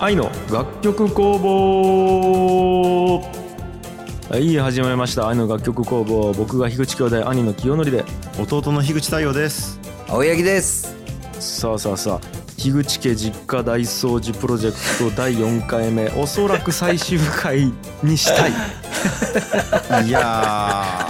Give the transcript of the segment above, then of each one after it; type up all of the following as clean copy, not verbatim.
愛の楽曲工房。はい、始まりました愛の楽曲工房。僕が樋口兄弟、兄の清則で、 弟の樋口太陽です。 青柳です。 さあ樋口家実家大掃除プロジェクト第4回目、おそらく最終回にしたいいや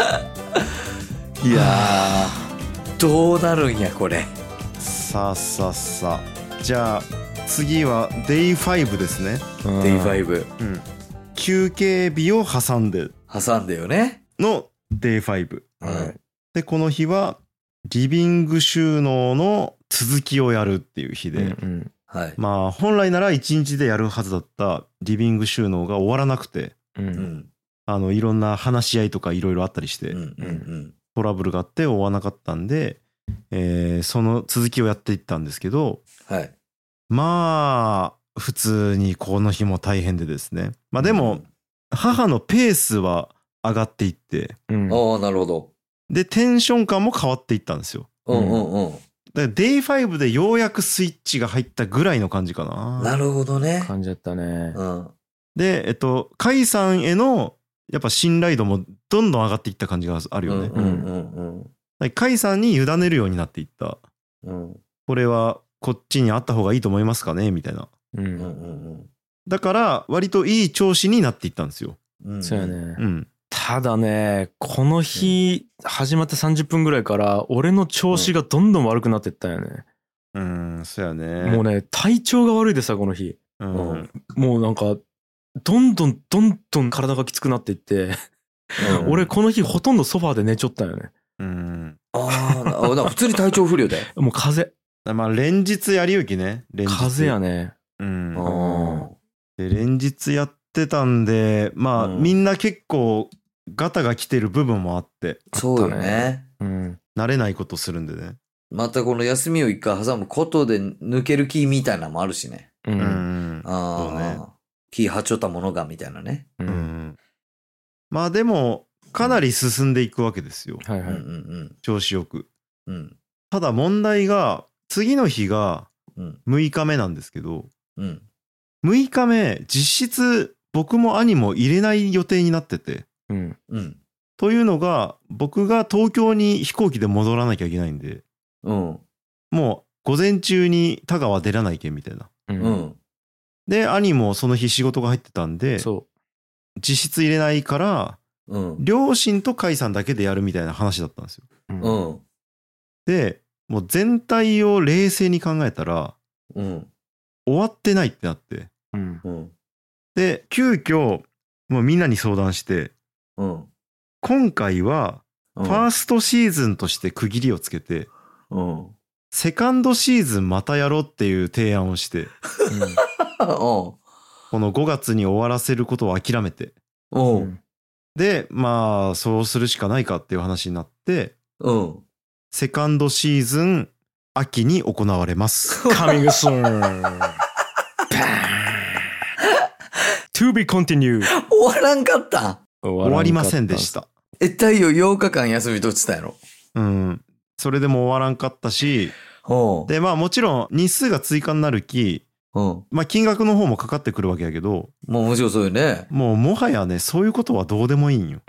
どうなるんやこれ。 さあじゃあ次は Day5 ですね。 Day5、 休憩日を挟んでよねの Day5、 はい、 でこの日はリビング収納の続きをやるっていう日で、 はい、 まあ本来なら1日でやるはずだったリビング収納が終わらなくて、いろんな話し合いとかいろいろあったりして、トラブルがあって終わらなかったんで、その続きをやっていったんですけど、 はい、 まあ普通にこの日も大変でですね。まあでも、母のペースは上がっていって、 ああなるほど。 でテンション感も変わっていったんですよ。だから Day5 でようやくスイッチが入ったぐらいの感じかな。 なるほどね。 感じだったね。 で甲斐さんへのやっぱ信頼度もどんどん上がっていった感じがあるよね。甲斐さんに委ねるようになっていった。これはこっちにあった方がいいと思いますかねみたいな。だから割といい調子になっていったんですよ。 そうやね。ただね、この日始まって30分ぐらいから俺の調子がどんどん悪くなってったよね。 そうやね。 もうね、体調が悪いでさ、この日。もうなんかどんどん体がきつくなっていって、俺この日ほとんどソファーで寝ちょったよね。 普通に体調不良でもう風邪。 まあ連日やりゆきね。 風邪やね。 で連日やってたんで、まあ、みんな結構ガタが来てる部分もあって。 そうよね。 慣れないことするんでね。 またこの休みを一回挟むことで抜ける気みたいなのもあるしね。そうね。気張っちゃったものがみたいなね。まあでもかなり進んでいくわけですよ。調子よく。ただ問題が次の日が6日目なんですけど、6日目実質僕も兄も入れない予定になってて、というのが僕が東京に飛行機で戻らなきゃいけないんで、もう午前中に田川出らないけんみたいな。で兄もその日仕事が入ってたんで、実質入れないから、両親と甲斐さんだけでやるみたいな話だったんですよ。でもう全体を冷静に考えたら、終わってないってなって、で急遽もうみんなに相談して、今回はファーストシーズンとして区切りをつけて、セカンドシーズンまたやろうっていう提案をして、この5月に終わらせることを諦めて、でまあそうするしかないかっていう話になって、セカンドシーズン秋に行われます。 カミングスーン。To be continued。 終わらんかった。 終わりませんでした。 太陽8日間休み取ってたやろ。 それでも終わらんかったし、でまあもちろん日数が追加になるき、まあ金額の方もかかってくるわけやけど、 もちろんそうよね。 もはやね、そういうことはどうでもいいんよ。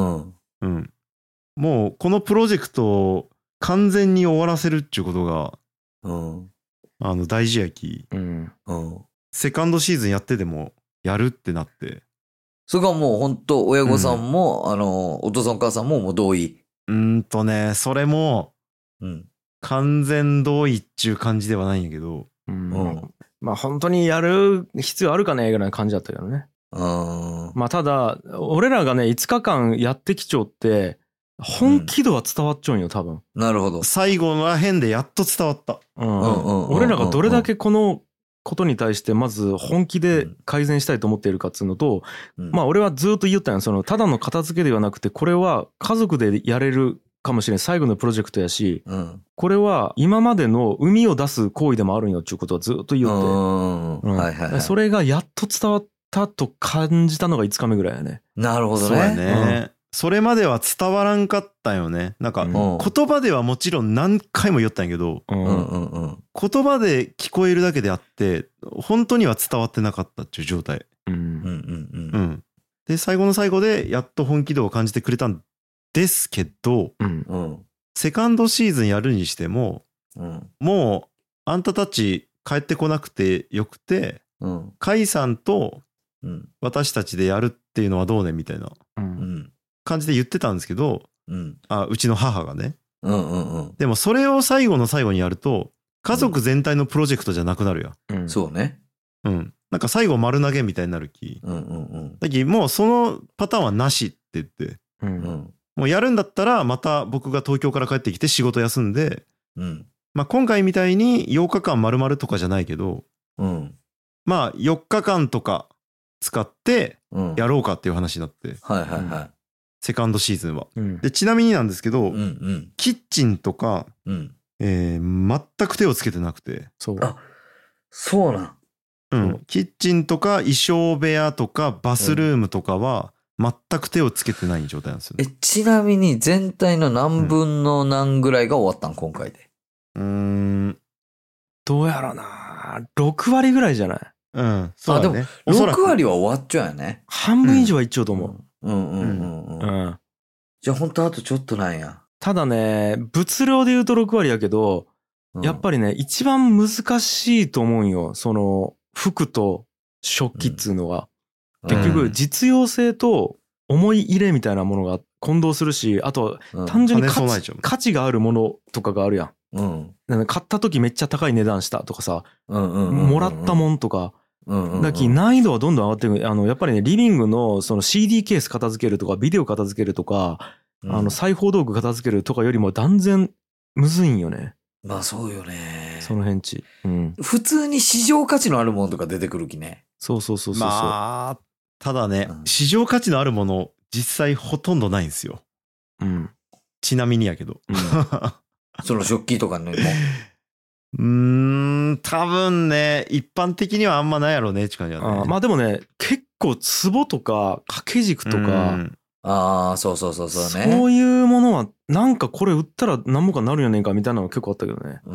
もうこのプロジェクトを完全に終わらせるっていうことが、大事やき、セカンドシーズンやってでもやるってなって、 それがもう本当親御さんも、お父さんお母さんももう同意。 それも、完全同意っちゅう感じではないんやけど、 まあ本当にやる必要あるかねぐらいな感じだったけどね。まあただ俺らがね5日間やってきちゃって本気度は伝わっちゃうんよ多分。 なるほど。 最後の辺でやっと伝わった。 俺らがどれだけこのことに対してまず本気で改善したいと思っているかっつうのと、まあ俺はずっと言ったんよ。ただの片付けではなくて、これは家族でやれるかもしれない最後のプロジェクトやし、これは今までの海を出す行為でもあるんよっていうことはずっと言って、それがやっと伝わったと感じたのが5日目ぐらいやね。 なるほどね。 そうやね。 それまでは伝わらんかったんよね。なんか、言葉ではもちろん何回も言ったんやけど、言葉で聞こえるだけであって、本当には伝わってなかったっていう状態。で、最後の最後で、やっと本気度を感じてくれたんですけど、セカンドシーズンやるにしても、もう、あんたたち帰ってこなくてよくて、カイさんと私たちでやるっていうのはどうねみたいな感じで言ってたんですけど、うちの母がね。でもそれを最後の最後にやると、家族全体のプロジェクトじゃなくなるやん。 そうね。 なんか最後丸投げみたいになる気。だけどもうそのパターンはなしって言って、もうやるんだったらまた僕が東京から帰ってきて仕事休んで、まあ今回みたいに8日間丸々とかじゃないけど、まあ4日間とか使ってやろうかっていう話になって、セカンドシーズンは。でちなみになんですけど、キッチンとか、全く手をつけてなくて。 そうなん。 キッチンとか衣装部屋とかバスルームとかは全く手をつけてない状態なんですよね。 ちなみに全体の何分の何ぐらいが終わったん今回で。 どうやろうな。6割ぐらいじゃない？ そうだね。 でも6割は終わっちゃうよね。 半分以上はいっちゃうと思う。 じゃあ本当あとちょっとなんや。 ただね、物量で言うと6割やけど、やっぱりね、一番難しいと思うんよ。その、服と食器っつうのは。結局、実用性と思い入れみたいなものが混同するし、あと、単純に価値があるものとかがあるやん。買った時めっちゃ高い値段したとかさ、もらったもんとか。だき難易度はどんどん上がっていく。やっぱりね、リビングのその CD ケース片付けるとか、ビデオ片付けるとか、裁縫道具片付けるとかよりも断然むずいんよね。 まあそうよね。 その辺地。 普通に市場価値のあるものとか出てくるきね。 そう。 まあ、ただね、市場価値のあるもの、実際ほとんどないんですよ。ちなみにやけど。 その食器とかね。 多分ね、一般的にはあんまないやろうね、って感じだね。 まあでもね、結構壺とか掛け軸とか、 そうね。 そういうものは、なんかこれ売ったら何もかなるんやねんかみたいなの結構あったけどね。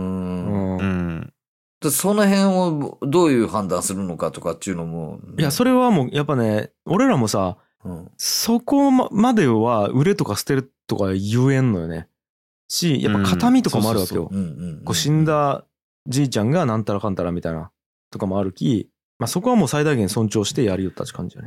その辺をどういう判断するのかとかっていうのも。 いや、それはもうやっぱね、俺らもさ、そこまでは売れとか捨てるとか言えんのよね。し、やっぱ形見とかもあるわけよ。死んだじいちゃんがなんたらかんたらみたいなとかもあるき、まあそこはもう最大限尊重してやりよったって感じよね。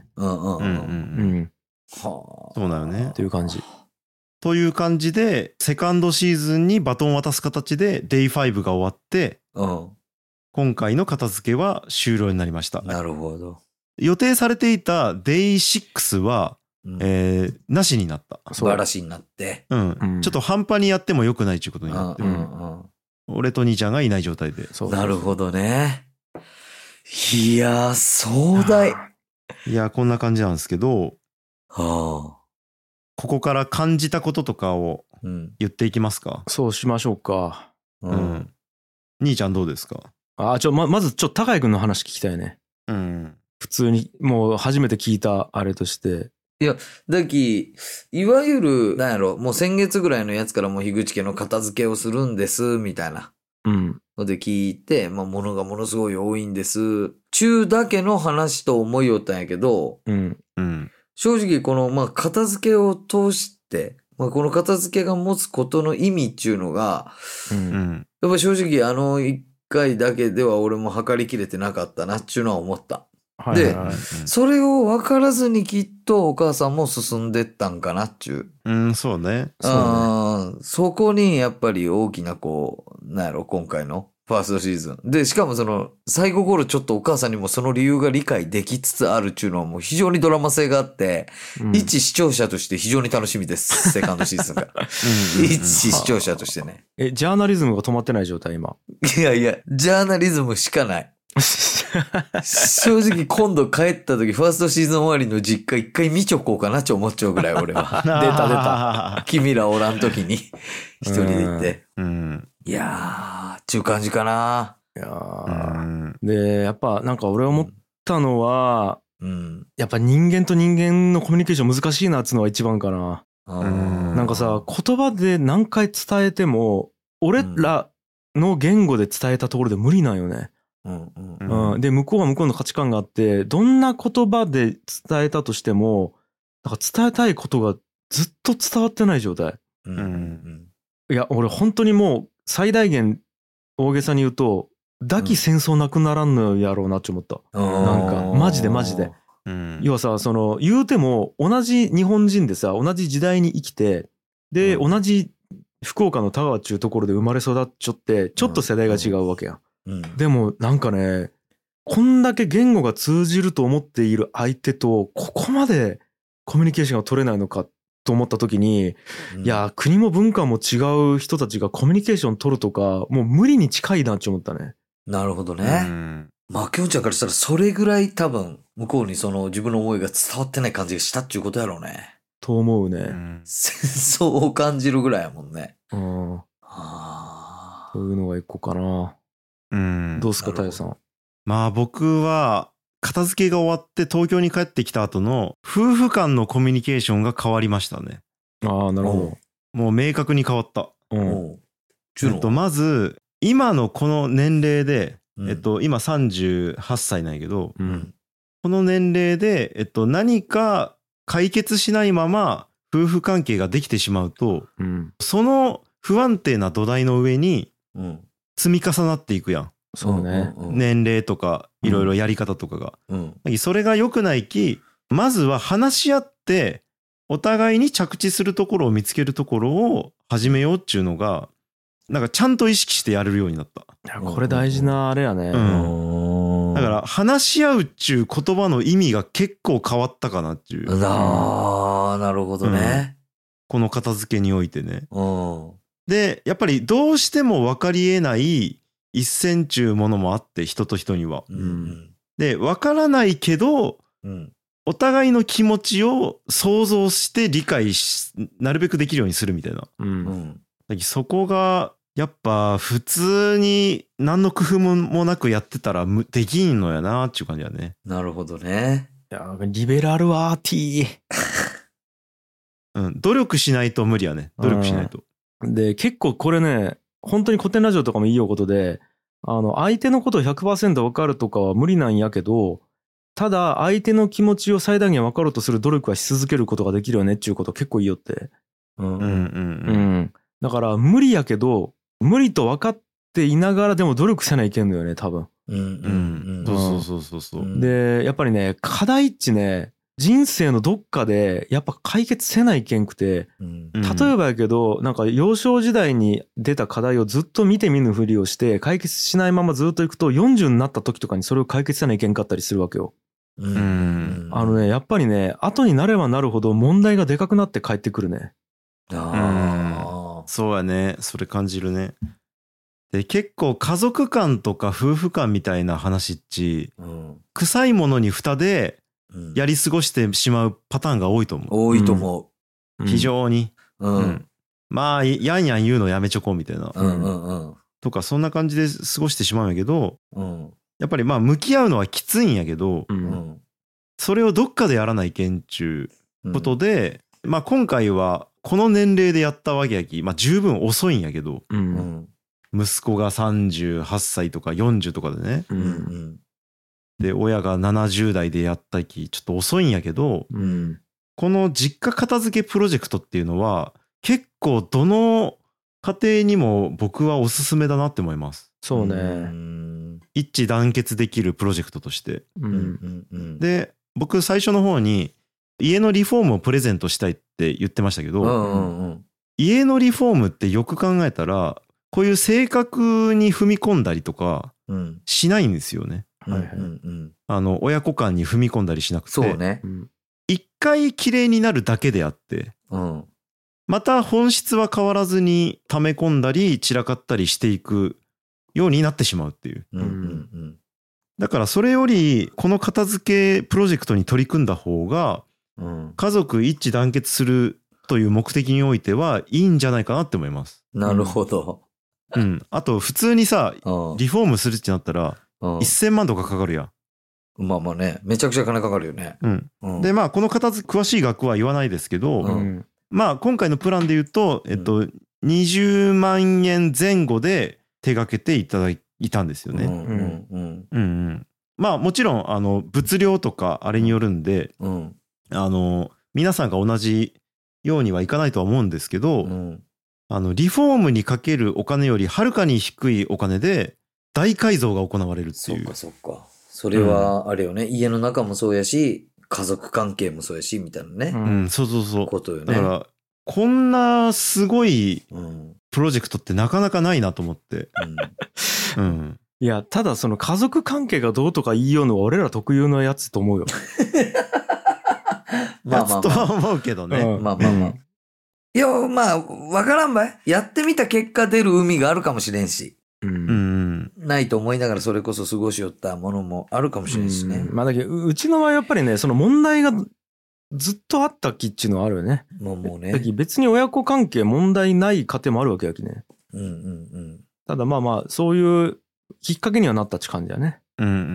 そうなのね。 っていう感じ。 という感じで、セカンドシーズンにバトンを渡す形で Day5 が終わって、今回の片付けは終了になりました。 なるほど。 予定されていた Day6 は、なしになった。 素晴らしいになって。 ちょっと半端にやっても良くないということになって。俺と兄ちゃんがいない状態で。 なるほどね。いやー、壮大。 いや、こんな感じなんですけど、ここから感じたこととかを言っていきますか。 そうしましょうか。 兄ちゃんどうですか。 まず高井くんの話聞きたいね。普通にもう初めて聞いたあれとして。 いや、いわゆる、なんやろ、もう先月ぐらいのやつからもう樋口家の片付けをするんです、みたいな。ので聞いて、まあ物がものすごい多いんです。中だけの話と思いよったんやけど、正直この、まあ片付けを通して、まあこの片付けが持つことの意味っていうのが、やっぱ正直一回だけでは俺も測りきれてなかったなっていうのは思った。で、それを分からずにきっとお母さんも進んでったんかなっちゅう。そうね。 そこにやっぱり大きななんやろ、今回のファーストシーズン。で、しかも最後頃ちょっとお母さんにもその理由が理解できつつあるっちゅうのはもう非常にドラマ性があって、一視聴者として非常に楽しみです。セカンドシーズンが。一視聴者としてね。 ジャーナリズムが止まってない状態今。 いや、ジャーナリズムしかない。正直今度帰った時ファーストシーズン終わりの実家一回見ちょこうかなって思っちゃうぐらい俺は。出た。君らおらん時に一人で行って。いやー、ちゅう感じかな。 で、やっぱなんか俺思ったのは、 やっぱ人間と人間のコミュニケーション難しいなっつうのが一番かな。なんかさ、言葉で何回伝えても俺らの言語で伝えたところで無理なんよね。で向こうは向こうの価値観があって、どんな言葉で伝えたとしてもなんか伝えたいことがずっと伝わってない状態。いや俺本当にもう最大限大げさに言うとだき戦争なくならんのやろうなって思った。なんかマジで。要はさ、その言うても同じ日本人でさ、同じ時代に生きて、で同じ福岡の田川っちゅうところで生まれ育っちゃってちょっと世代が違うわけやん。でもなんかね、こんだけ言語が通じると思っている相手とここまでコミュニケーションが取れないのかと思った時に、いや国も文化も違う人たちがコミュニケーション取るとかもう無理に近いなって思ったね。 なるほどね。まあきょんちゃんからしたらそれぐらい多分向こうにその自分の思いが伝わってない感じがしたっていうことやろうね。 と思うね。 戦争を感じるぐらいやもんね。 そういうのが一個かな。どうすか太陽さん。 まあ僕は片付けが終わって東京に帰ってきた後の夫婦間のコミュニケーションが変わりましたね。 ああ、なるほど。 もう明確に変わった。まず今のこの年齢で、今38歳なんやけど、この年齢で、何か解決しないまま夫婦関係ができてしまうと、その不安定な土台の上に積み重なっていくやん。 そうね。 年齢とかいろいろやり方とかが。それが良くないき、まずは話し合ってお互いに着地するところを見つけるところを始めようっていうのがなんかちゃんと意識してやれるようになった。 いやこれ大事なあれやね。 だから話し合うっちゅう言葉の意味が結構変わったかなっていう。 なるほどね。 この片付けにおいてね。でやっぱりどうしても分かり得ない一線ちゅうものもあって、人と人には。で分からないけど、お互いの気持ちを想像して理解なるべくできるようにするみたいな。そこがやっぱ普通に何の工夫もなくやってたらできんのやなっていう感じだね。 なるほどね。 いやリベラルアーティー。努力しないと無理やね。努力しないと。 で結構これね、本当に古典ラジオとかもいいよことで、相手のことを 100% 分かるとかは無理なんやけど、ただ相手の気持ちを最大限分かろうとする努力はし続けることができるよねっていうこと結構いいよって。だから無理やけど無理と分かっていながらでも努力せないけんのよね多分。 そうでやっぱりね、課題っちね、人生のどっかでやっぱ解決せないけんくて、例えばやけどなんか幼少時代に出た課題をずっと見て見ぬふりをして解決しないままずっといくと40になった時とかにそれを解決せないけんかったりするわけよ。やっぱりね、後になればなるほど問題がでかくなって帰ってくるね。 そうやね。それ感じるね。で結構家族間とか夫婦間みたいな話っち、臭いものに蓋でやり過ごしてしまうパターンが多いと思う。 多いと思う。非常に。まあやんやん言うのやめちょこうみたいな。とかそんな感じで過ごしてしまうんやけど、やっぱりまあ向き合うのはきついんやけど、それをどっかでやらないけんちゅうことで、まあ今回はこの年齢でやったわけやき、まあ十分遅いんやけど、息子が38歳とか40とかでね、で親が70代でやったきちょっと遅いんやけど、この実家片付けプロジェクトっていうのは結構どの家庭にも僕はおすすめだなって思います。 そうね。 一致団結できるプロジェクトとして。で僕最初の方に家のリフォームをプレゼントしたいって言ってましたけど、家のリフォームってよく考えたらこういう性格に踏み込んだりとかしないんですよね。親子間に踏み込んだりしなくて、 そうね、 一回きれいになるだけであって、また本質は変わらずに溜め込んだり散らかったりしていくようになってしまうっていう。だからそれよりこの片付けプロジェクトに取り組んだ方が家族一致団結するという目的においてはいいんじゃないかなって思います。 なるほど。 あと普通にさリフォームするってなったら1000万とかかかるやん。 まあまあね、めちゃくちゃ金かかるよね。 で、まあ、この詳しい額は言わないですけど、まあ、今回のプランで言うと、20万円前後で手掛けていただいたんですよね。まあ、もちろん、物量とかあれによるんで、皆さんが同じようにはいかないとは思うんですけど、リフォームにかけるお金よりはるかに低いお金で大改造が行われるっていう。 そっか。それはあれよね、家の中もそうやし、家族関係もそうやしみたいなね。 そうことよね。 だからこんなすごいプロジェクトってなかなかないなと思って。 いや、ただその家族関係がどうとか言いようのは俺ら特有のやつと思うよ。 やつとは思うけどね。 いや、まあ、わからんばい。やってみた結果出る海があるかもしれんし。ないと思いながらそれこそ過ごしよったものもあるかもしれんしね。 まあだけど、うちの場合やっぱりね、その問題がずっとあったきっちゅうのはあるよね。 もうね。 だけど別に親子関係問題ない家庭もあるわけやきね。ただまあまあ、そういうきっかけにはなったって感じだね。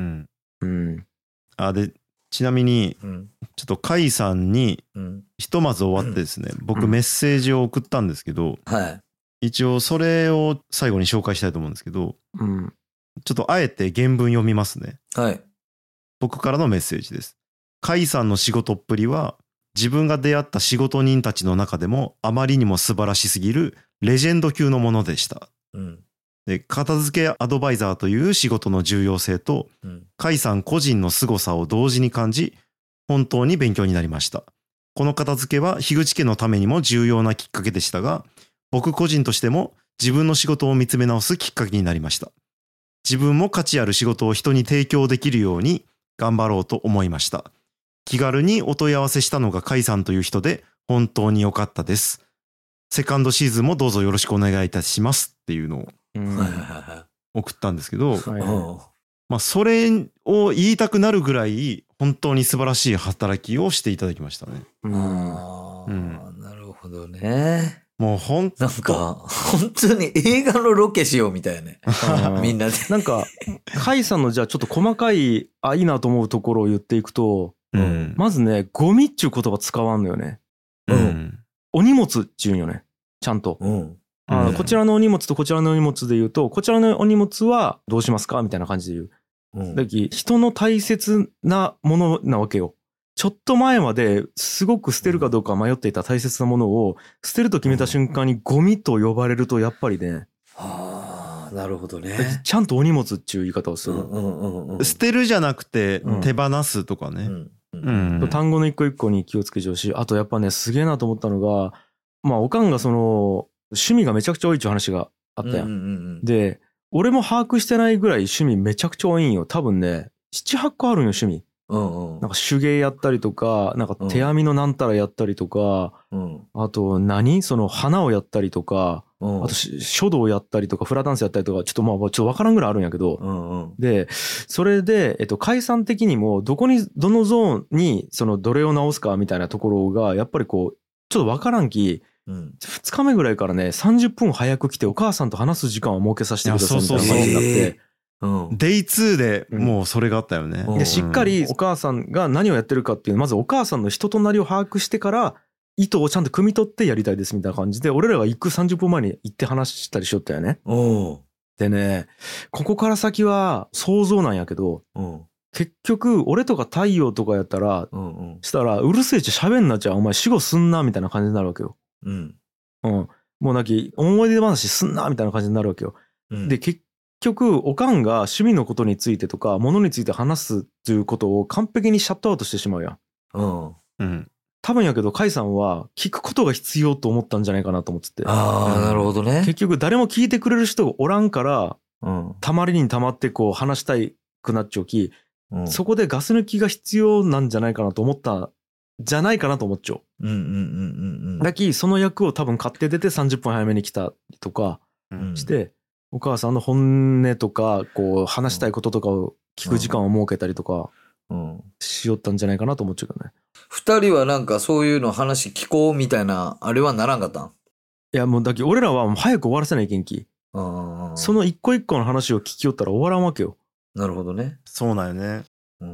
で、ちなみに、ちょっと甲斐さんにひとまず終わってですね、僕メッセージを送ったんですけど、一応それを最後に紹介したいと思うんですけど、ちょっとあえて原文読みますね。僕からのメッセージです。甲斐さんの仕事っぷりは自分が出会った仕事人たちの中でもあまりにも素晴らしすぎるレジェンド級のものでした。で、片付けアドバイザーという仕事の重要性と、甲斐さん個人の凄さを同時に感じ、本当に勉強になりました。この片付けは樋口家のためにも重要なきっかけでしたが、僕個人としても自分の仕事を見つめ直すきっかけになりました。自分も価値ある仕事を人に提供できるように頑張ろうと思いました。気軽にお問い合わせしたのが甲斐さんという人で本当に良かったです。セカンドシーズンもどうぞよろしくお願いいたしますっていうのを送ったんですけど、まあそれを言いたくなるぐらい本当に素晴らしい働きをしていただきましたね。 なるほどね。 もうなんか本当に映画のロケしようみたいね。みんなで。 なんか甲斐さんのじゃあちょっと細かいいいなと思うところを言っていくと、まずねゴミっちゅう言葉使わんのよね。お荷物っちゅうんよね。ちゃんと。こちらのお荷物とこちらのお荷物で言うと、こちらのお荷物はどうしますかみたいな感じで言う。だき人の大切なものなわけよ。ちょっと前まですごく捨てるかどうか迷っていた大切なものを捨てると決めた瞬間にゴミと呼ばれるとやっぱりね。 なるほどね。 ちゃんとお荷物っていう言い方をする。 捨てるじゃなくて手放すとかね。 単語の一個一個に気をつけてほしい。あとやっぱねすげえなと思ったのが、まあおかんがその趣味がめちゃくちゃ多いっていう話があったやん。で、俺も把握してないぐらい趣味めちゃくちゃ多いんよ。多分ね、7、8個あるんよ、趣味。なんか手芸やったりとか、なんか手編みのなんたらやったりとか、あとその花をやったりとか、あと書道やったりとか、フラダンスやったりとか、ちょっとわからんぐらいあるんやけど、で、それで、解散的にも、どのゾーンに、そのどれを直すかみたいなところが、やっぱりこう、ちょっとわからんき、2日目ぐらいからね、30分早く来てお母さんと話す時間を設けさせてくださいみたいな感じになって、 デイ2でもうそれがあったよね。 でしっかりお母さんが何をやってるかっていう、まずお母さんの人となりを把握してから意図をちゃんと汲み取ってやりたいですみたいな感じで、俺らが行く30分前に行って話したりしよったよね。でね、ここから先は想像なんやけど、結局俺とか太陽とかやったら、したらうるせえちゃ喋んなっちゃお前死後すんなみたいな感じになるわけよ。もうなき思い出話すんなみたいな感じになるわけよ。で結局おかんが趣味のことについてとか物について話すということを完璧にシャットアウトしてしまうやん。多分やけど甲斐さんは聞くことが必要と思ったんじゃないかなと思ってて。 なるほどね。 結局誰も聞いてくれる人がおらんから、たまりにたまってこう話したいくなっちゃうき、そこでガス抜きが必要なんじゃないかなと思ったじゃないかなと思っちゃう。だきその役を多分買って出て30分早めに来たりとかして、お母さんの本音とかこう話したいこととかを聞く時間を設けたりとかしよったんじゃないかなと思っちゃうけどね。 二人はなんかそういうの話聞こうみたいなあれはならんかったん？ いやもうだけ俺らはもう早く終わらせないけんき。その一個一個の話を聞きよったら終わらんわけよ。 なるほどね。 そうなんよね。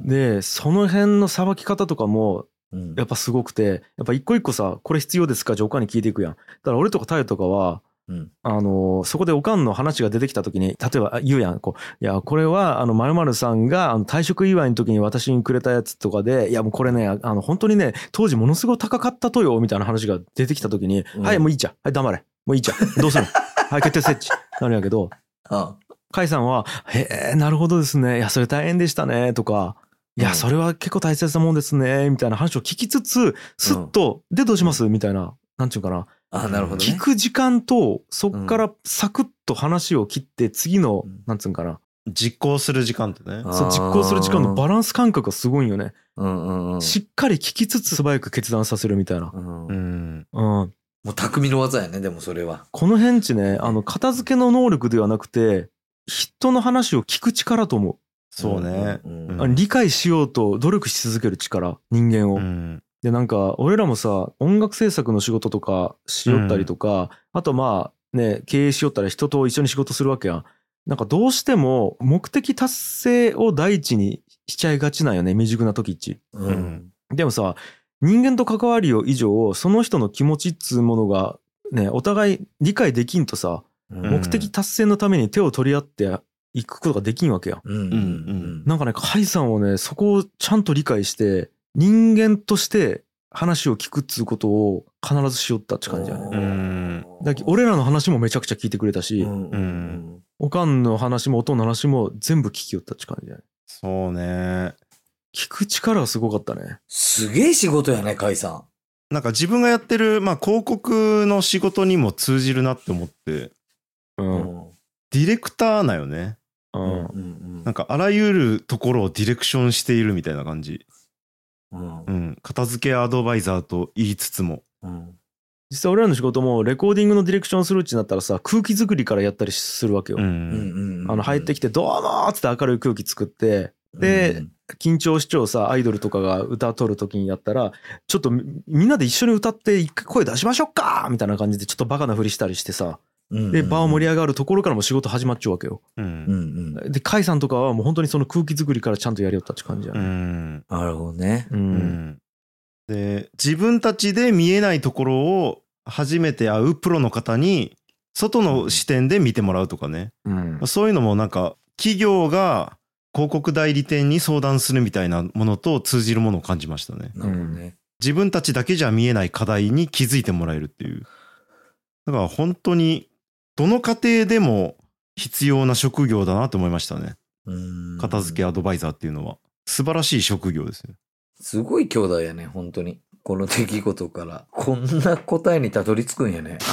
でその辺のさばき方とかもやっぱすごくて、やっぱ一個一個さ、これ必要ですかじゃあおかんに聞いていくやん。だから俺とかタイとかは、そこでおかんの話が出てきた時に、例えば言うやん、こう、いやこれは〇〇さんが退職祝いの時に私にくれたやつとかで、いやもうこれね、本当にね当時ものすごい高かったとよみたいな話が出てきた時に、はいもういいじゃん、はい黙れ、もういいじゃん、どうするはい決定設置なるんやけど、甲斐さんはへえなるほどですね、いやそれ大変でしたねとか、いやそれは結構大切なもんですねみたいな話を聞きつつ、スッとでどうしますみたいな、なんちゅうかな、 なるほどね、 聞く時間とそっからサクッと話を切って次の、なんつうんかな、 実行する時間ってね、 そう実行する時間のバランス感覚がすごいよね。しっかり聞きつつ素早く決断させるみたいな。 もう匠の技やね。でもそれはこの辺ね、片付けの能力ではなくて人の話を聞く力と思う。 そうね、 理解しようと努力し続ける力、人間を。でなんか俺らもさ、音楽制作の仕事とかしよったりとか、あとまあね経営しよったら人と一緒に仕事するわけやん。なんかどうしても目的達成を第一にしちゃいがちなんよね、未熟な時っち。でもさ、人間と関わりを以上その人の気持ちっつうものがねお互い理解できんとさ、目的達成のために手を取り合っていくことができんわけや。なんかね甲斐さんをねそこをちゃんと理解して人間として話を聞くっつうことを必ずしよったって感じやね。だけど俺らの話もめちゃくちゃ聞いてくれたし、おかんの話もおとんの話も全部聞きよったって感じやね。 そうね、 聞く力がすごかったね。 すげえ仕事やね、甲斐さん。 なんか自分がやってる、広告の仕事にも通じるなって思って、ディレクターなよね。なんかあらゆるところをディレクションしているみたいな感じ。片付けアドバイザーと言いつつも、 実際俺らの仕事もレコーディングのディレクションするうちになったらさ、空気作りからやったりするわけよ。入ってきてどうもーっつって明るい空気作って、で緊張主張さ、アイドルとかが歌取る時にやったら、ちょっとみんなで一緒に歌って一回声出しましょうかみたいな感じでちょっとバカなふりしたりしてさ、で場を盛り上がるところからも仕事始まっちゃうわけよ。で甲斐さんとかはもう本当にその空気作りからちゃんとやりよったって感じやね。 なるほどね。 で自分たちで見えないところを初めて会うプロの方に外の視点で見てもらうとかね、そういうのもなんか企業が広告代理店に相談するみたいなものと通じるものを感じましたね。自分たちだけじゃ見えない課題に気づいてもらえるっていう。だから本当にどの家庭でも必要な職業だなと思いましたね。片付けアドバイザーっていうのは素晴らしい職業ですよ。 すごい兄弟やね、本当に。この出来事からこんな答えにたどり着くんやね。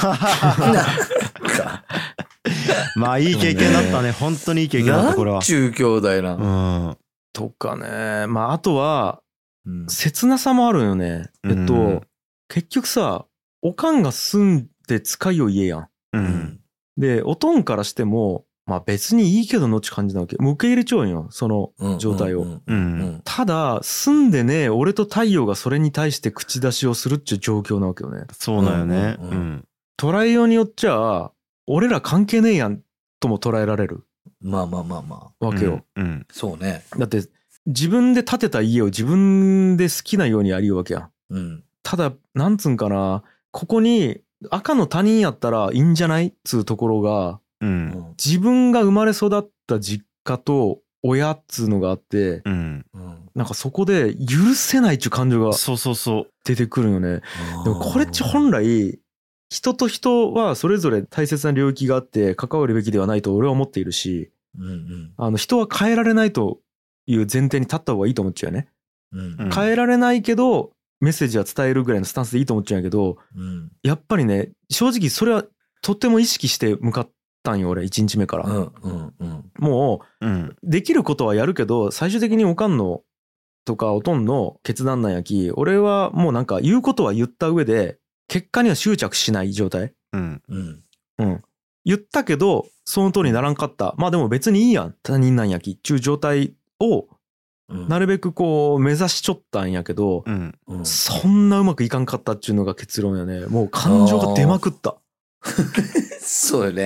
いい経験だったね。本当にいい経験だった、これは。 なんちゅう兄弟な。 とかね。あとは切なさもあるよね。結局さ、おかんが住んで使いよ家やん。でおとんからしても別にいいけどのっち感じなわけ。もう受け入れちゃうんよ、その状態を。ただ住んでね俺と太陽がそれに対して口出しをするっちゅう状況なわけよね。 そうだよね。 捉えようによっちゃ俺ら関係ねえやんとも捉えられるわけよ。 そうね。 だって自分で建てた家を自分で好きなようにやりようわけや。ただなんつうんかな、ここに赤の他人やったらいいんじゃないっつうところが、自分が生まれ育った実家と親っつうのがあって、なんかそこで許せないっちゅう感情が出てくるよね。でもこれっち本来人と人はそれぞれ大切な領域があって関わるべきではないと俺は思っているし、人は変えられないという前提に立った方がいいと思っちゃうよね。変えられないけどメッセージは伝えるぐらいのスタンスでいいと思っちゃうんやけど、やっぱりね正直それはとっても意識して向かったんよ俺1日目から。もう、できることはやるけど最終的におかんのとかおとんの決断なんやき、俺はもうなんか言うことは言った上で結果には執着しない状態。言ったけどその通りにならんかった、でも別にいいやん他人なんやきっちゅう状態をなるべくこう目指しちょったんやけど、そんなうまくいかんかったっていうのが結論やね。もう感情が出まくった。 そうよね。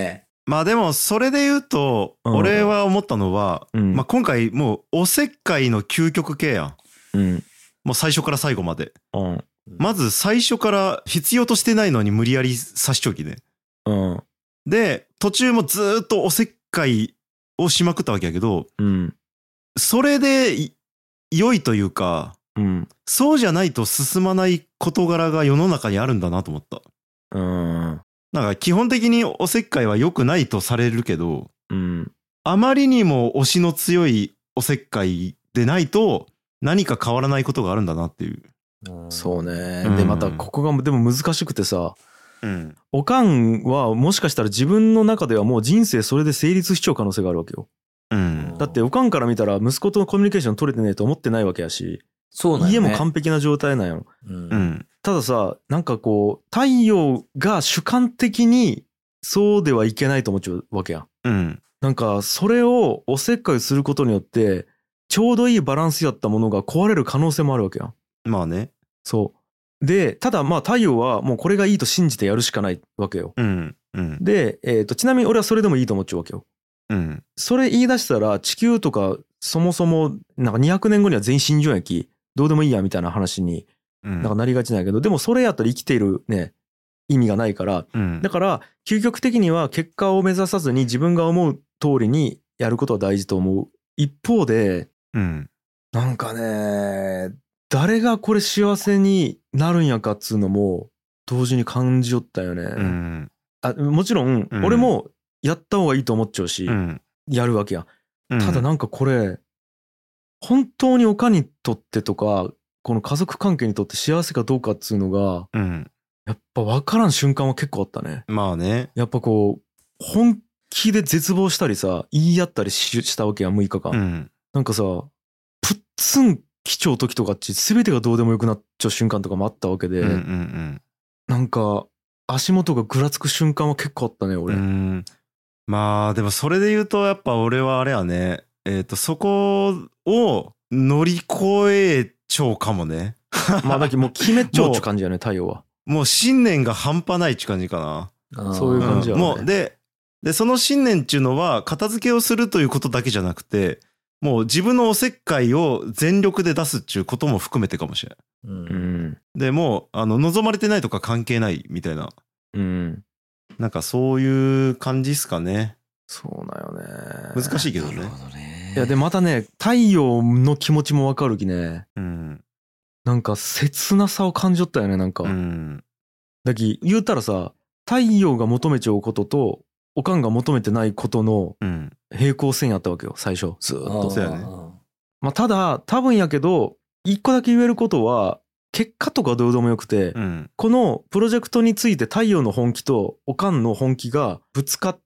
まあでもそれで言うと、俺は思ったのは、まあ今回もうおせっかいの究極系やん。もう最初から最後まで。まず最初から必要としてないのに無理やり差しちょきね。で、途中もずっとおせっかいをしまくったわけやけど、それで良いというか、そうじゃないと進まない事柄が世の中にあるんだなと思った。なんか基本的におせっかいは良くないとされるけど、あまりにも推しの強いおせっかいでないと何か変わらないことがあるんだなっていう。 そうね。でまたここがでも難しくてさ、おかんはもしかしたら自分の中ではもう人生それで成立しちゃう可能性があるわけよ。だっておかんから見たら息子とのコミュニケーション取れてねえと思ってないわけやし、家も完璧な状態なんよ。たださ、なんかこう太陽が主観的にそうではいけないと思っちゃうわけや。なんかそれをおせっかいすることによってちょうどいいバランスやったものが壊れる可能性もあるわけやん。 まあね。 そうで、ただまあ太陽はもうこれがいいと信じてやるしかないわけよ。で、ちなみに俺はそれでもいいと思っちゃうわけよ。それ言い出したら地球とかそもそもなんか200年後には全員死んじゃうやき、どうでもいいやみたいな話になんかなりがちなんやけど、でもそれやったら生きているね意味がないから、だから究極的には結果を目指さずに自分が思う通りにやることは大事と思う。一方で、なんかね、誰がこれ幸せになるんやかっつうのも同時に感じよったよね。もちろん俺もやった方がいいと思っちゃうし、やるわけや。ただなんかこれ本当におかんにとってとかこの家族関係にとって幸せかどうかっつうのが、やっぱ分からん瞬間は結構あったね。 まあね。 やっぱこう本気で絶望したりさ、言い合ったりしたわけや、6日間。なんかさ、プッツン来ちゃう時とかっち全てがどうでもよくなっちゃう瞬間とかもあったわけで、なんか足元がぐらつく瞬間は結構あったね、俺。 まあでもそれで言うとやっぱ俺はあれやね、そこを乗り越えちゃうかもね。 まあだけどもう決めちゃうって感じやね、太陽は。 もう信念が半端ないって感じかな。そういう感じやね。 もうでその信念っていうのは片付けをするということだけじゃなくて、もう自分のおせっかいを全力で出すっていうことも含めてかもしれない。でもう望まれてないとか関係ないみたいな。なんかそういう感じっすかね。 そうだよね。 難しいけどね。 いやでまたね、太陽の気持ちもわかるきね。なんか切なさを感じよったよね、なんか。だき言うたらさ、太陽が求めちゃうこととおかんが求めてないことの平行線やったわけよ、最初ずーっと。 そうやね。 まあただ多分やけど一個だけ言えることは、結果とかどうでもよくて、このプロジェクトについて太陽の本気とおかんの本気がぶつかって、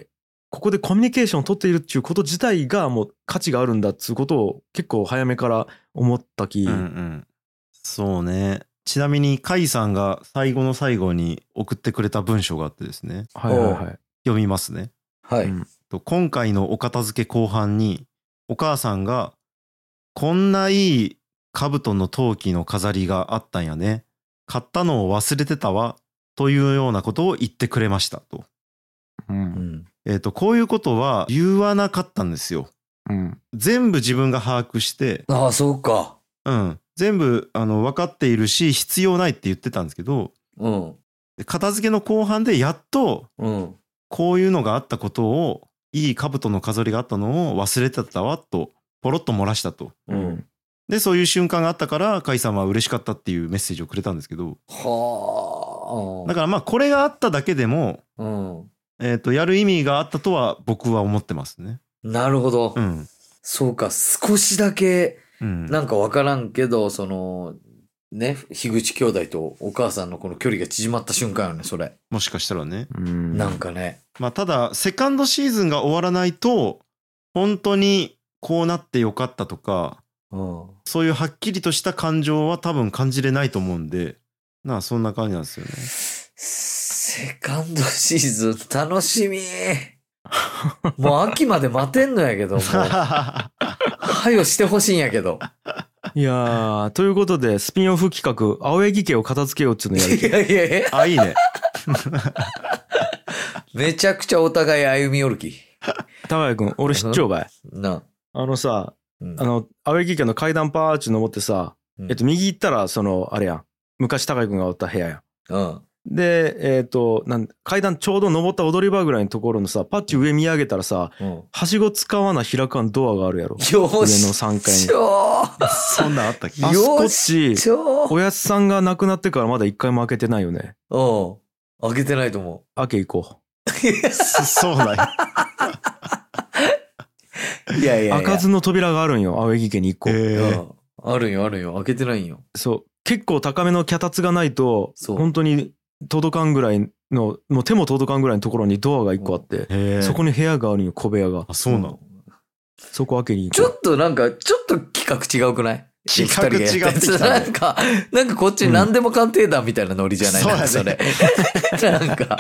ここでコミュニケーションを取っているっていうこと自体がもう価値があるんだっつうことを結構早めから思ったき。 そうね。ちなみに甲斐さんが最後の最後に送ってくれた文章があってですね。読みますね。今回のお片付け後半にお母さんがこんないい兜の陶器の飾りがあったんやね。買ったのを忘れてたわ。というようなことを言ってくれましたと。こういうことは言わなかったんですよ。全部自分が把握して。 ああ、そうか。 全部分かっているし必要ないって言ってたんですけど、片付けの後半でやっと、こういうのがあったことを、いい兜の飾りがあったのを忘れてたわとポロッと漏らしたと。でそういう瞬間があったから甲斐さんは嬉しかったっていうメッセージをくれたんですけど、だからまあこれがあっただけでも、やる意味があったとは僕は思ってますね。 なるほど。そうか、少しだけなんかわからんけど、そのね、樋口兄弟とお母さんのこの距離が縮まった瞬間よね、それ。 もしかしたらね。 なんかね。 まあただセカンドシーズンが終わらないと本当にこうなってよかったとか、そういうはっきりとした感情は多分感じれないと思うんで、そんな感じなんですよね。 セカンドシーズン楽しみ。もう秋まで待てんのやけど、もうはよしてほしいんやけど。 いやー、ということでスピンオフ企画青柳家を片付けようっつうのやる。 いいね。 めちゃくちゃお互い歩み寄るき。 高谷君、俺知っちゃうばい。 な。 さ、アウェイキ家の階段パーチ登ってさ、右行ったら、あれやん。昔高谷君がおった部屋やん。で、階段ちょうど登った踊り場ぐらいのところのさ、パッチ上見上げたらさ、はしご使わな開かんドアがあるやろ。上の3階に。 そんなんあったっけ？ あそこっち、おやつさんが亡くなってからまだ1回も開けてないよね。 開けてないと思う。 開け行こう。そうなんや。 いやいや。 開かずの扉があるんよ、アウェイ家に1 個。あるんよ、あるんよ。開けてないんよ。 そう。結構高めの脚立がないと、本当に届かんぐらいの、もう手も届かんぐらいのところにドアが1個あって、そこに部屋があるんよ、小部屋が。 あ、そうなの？ そこ開けに行く。 ちょっと企画違うくない？ 企画違ってきた、 ね。なんかこっち何でも鑑定団みたいなノリじゃない、それ。なんか。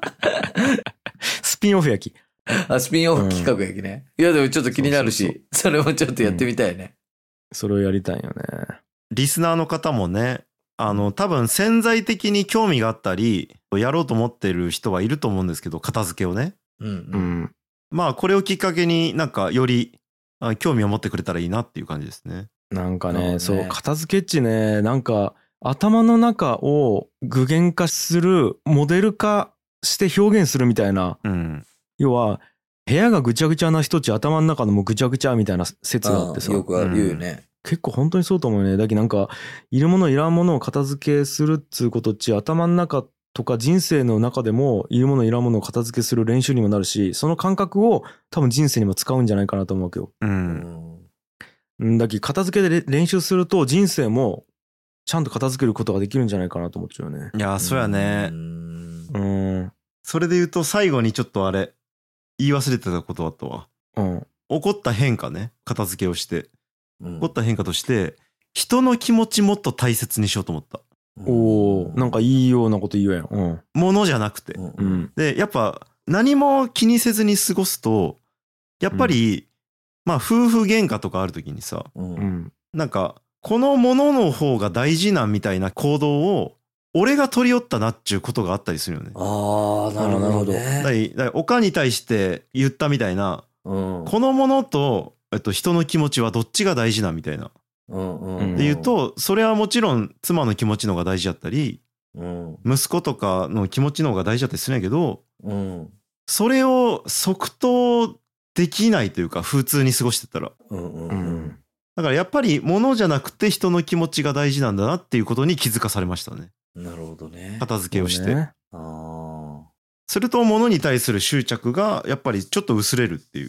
スピンオフ焼き。 スピンオフ企画焼きね。いやでもちょっと気になるし、それもちょっとやってみたいね。 それをやりたいよね。 リスナーの方もね、多分潜在的に興味があったり、やろうと思ってる人はいると思うんですけど、片付けをね。まあこれをきっかけになんかより興味を持ってくれたらいいなっていう感じですね。 なんかね、そう、片付けっちね、なんか頭の中を具現化する、モデル化して表現するみたいな。要は、部屋がぐちゃぐちゃな人っち頭の中のもぐちゃぐちゃみたいな説があってさ。 よく言うよね。 結構本当にそうと思うね。だけどなんか、いるものいらんものを片付けするっつうことっち、頭の中とか人生の中でも、いるものいらんものを片付けする練習にもなるし、その感覚を多分人生にも使うんじゃないかなと思うわけよ。だけど片付けで練習すると人生もちゃんと片付けることができるんじゃないかなと思っちゃうね。 いや、そうやね。それで言うと最後にちょっとあれ、言い忘れてたことあったわ。起こった変化ね、片付けをして。起こった変化として、人の気持ちもっと大切にしようと思った。 なんかいいようなこと言うやん。 ものじゃなくて。で、やっぱ何も気にせずに過ごすと、やっぱり、まあ夫婦喧嘩とかある時にさ、なんかこのものの方が大事なみたいな行動を俺が取り寄ったなっちゅうことがあったりするよね。 なるほどね。 だおかんに対して言ったみたいな、このものと、人の気持ちはどっちが大事なみたいな。で言うと、それはもちろん妻の気持ちの方が大事だったり、息子とかの気持ちの方が大事だったりするんやけど、それを即答できないというか、普通に過ごしてたら。だからやっぱり物じゃなくて人の気持ちが大事なんだなっていうことに気づかされましたね。 なるほどね。 片付けをして。すると物に対する執着がやっぱりちょっと薄れるっていう。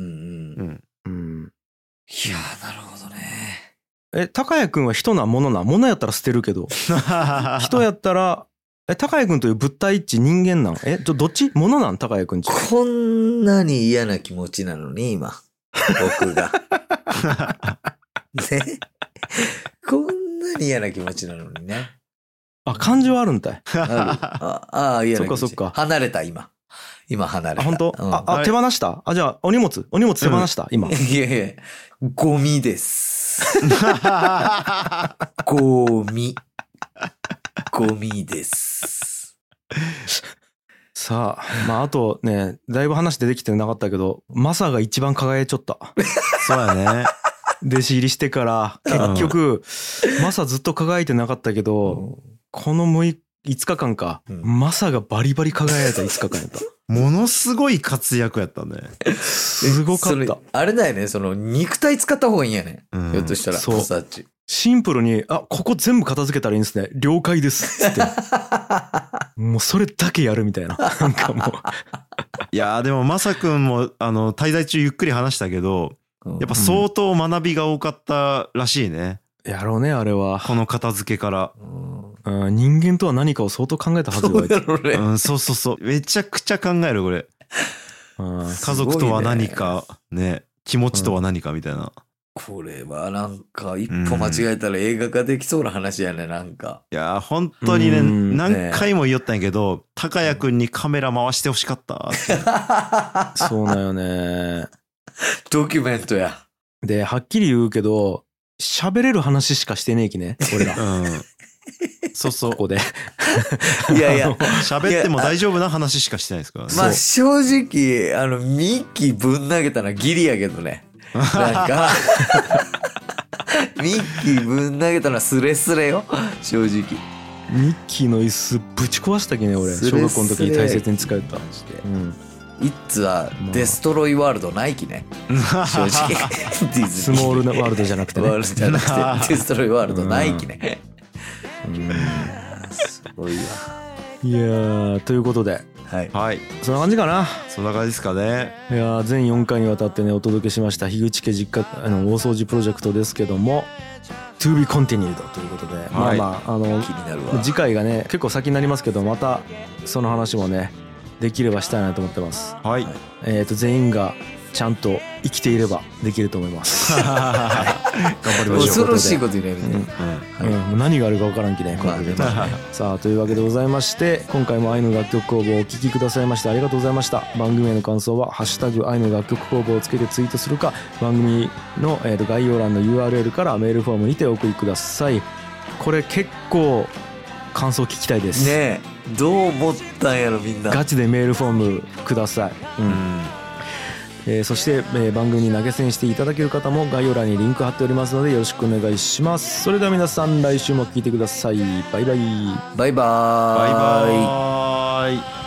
いやー、なるほどね。 高谷くんは人なものな。物やったら捨てるけど。人やったら、高谷くんという物体っち人間なん？どっち？物なん？高谷くんち。 こんなに嫌な気持ちなのに、今。僕が。ね。こんなに嫌な気持ちなのにね。 感情あるんだい。 嫌な気持ち。 そっか。 離れた、今離れた。 本当？手放した？じゃあ、お荷物手放した？今。 いや。ゴミです。ゴミです。 さあ、あとね、だいぶ話出てきてなかったけど、マサが一番輝いちゃった。 そうやね。 弟子入りしてから、結局、マサずっと輝いてなかったけど、この5日間か、マサがバリバリ輝いた5日間やった。 ものすごい活躍やったね。 すごかった。 あれだよね、肉体使った方がいいんやね。ひょっとしたら、 そう。シンプルに、ここ全部片付けたらいいんですね。了解です。つって。もうそれだけやるみたいな。なんかもう。 いやーでもマサ君も、滞在中ゆっくり話したけど、やっぱ相当学びが多かったらしいね。 やろうね、あれは。 この片付けから。 人間とは何かを相当考えたはずだ。そう。めちゃくちゃ考える、これ。家族とは何か、ね、気持ちとは何かみたいな。 これはなんか一歩間違えたら映画化できそうな話やね、なんか。 いや、本当にね、何回も言おったんやけど、高谷くんにカメラ回してほしかった。 そうだよね。 ドキュメントや。 で、はっきり言うけど、喋れる話しかしてねえきね、俺ら。 そうそう。 ここで。 いやいや。 喋っても大丈夫な話しかしてないですからね。 まあ正直、ミッキーぶん投げたのはギリやけどね。なんか、ミッキーぶん投げたのはスレスレよ。正直。 ミッキーの椅子ぶち壊したきね、俺。小学校の時に大切に使えた。 イッツはデストロイワールドないきね。正直。 スモールなワールドじゃなくてね。 ワールドじゃなくてデストロイワールドないきね。すごいわ。 いやー、ということで。 はい。 そんな感じかな。 そんな感じですかね。 いやー、全4回にわたってね、お届けしました樋口家実家大掃除プロジェクトですけども、To be continued ということで、まあまあ、 気になるわ。 次回がね、結構先になりますけど、またその話もね、できればしたいなと思ってます。 はい。 全員がちゃんと生きていればできると思います。頑張りましょう。 恐ろしいこと言うね。 もう何があるか分からんきね。さあ、というわけでございまして、今回も愛の楽曲工房をお聴きくださいましてありがとうございました。番組への感想はハッシュタグ愛の楽曲工房をつけてツイートするか、番組の概要欄の URL からメールフォームにてお送りください。これ結構感想聞きたいですね。どう思ったんやろみんな。 ガチでメールフォームください。そして、番組に投げ銭していただける方も概要欄にリンク貼っておりますのでよろしくお願いします。それでは皆さん来週も聞いてください。バイバイ。 バイバイ。 バイバイ。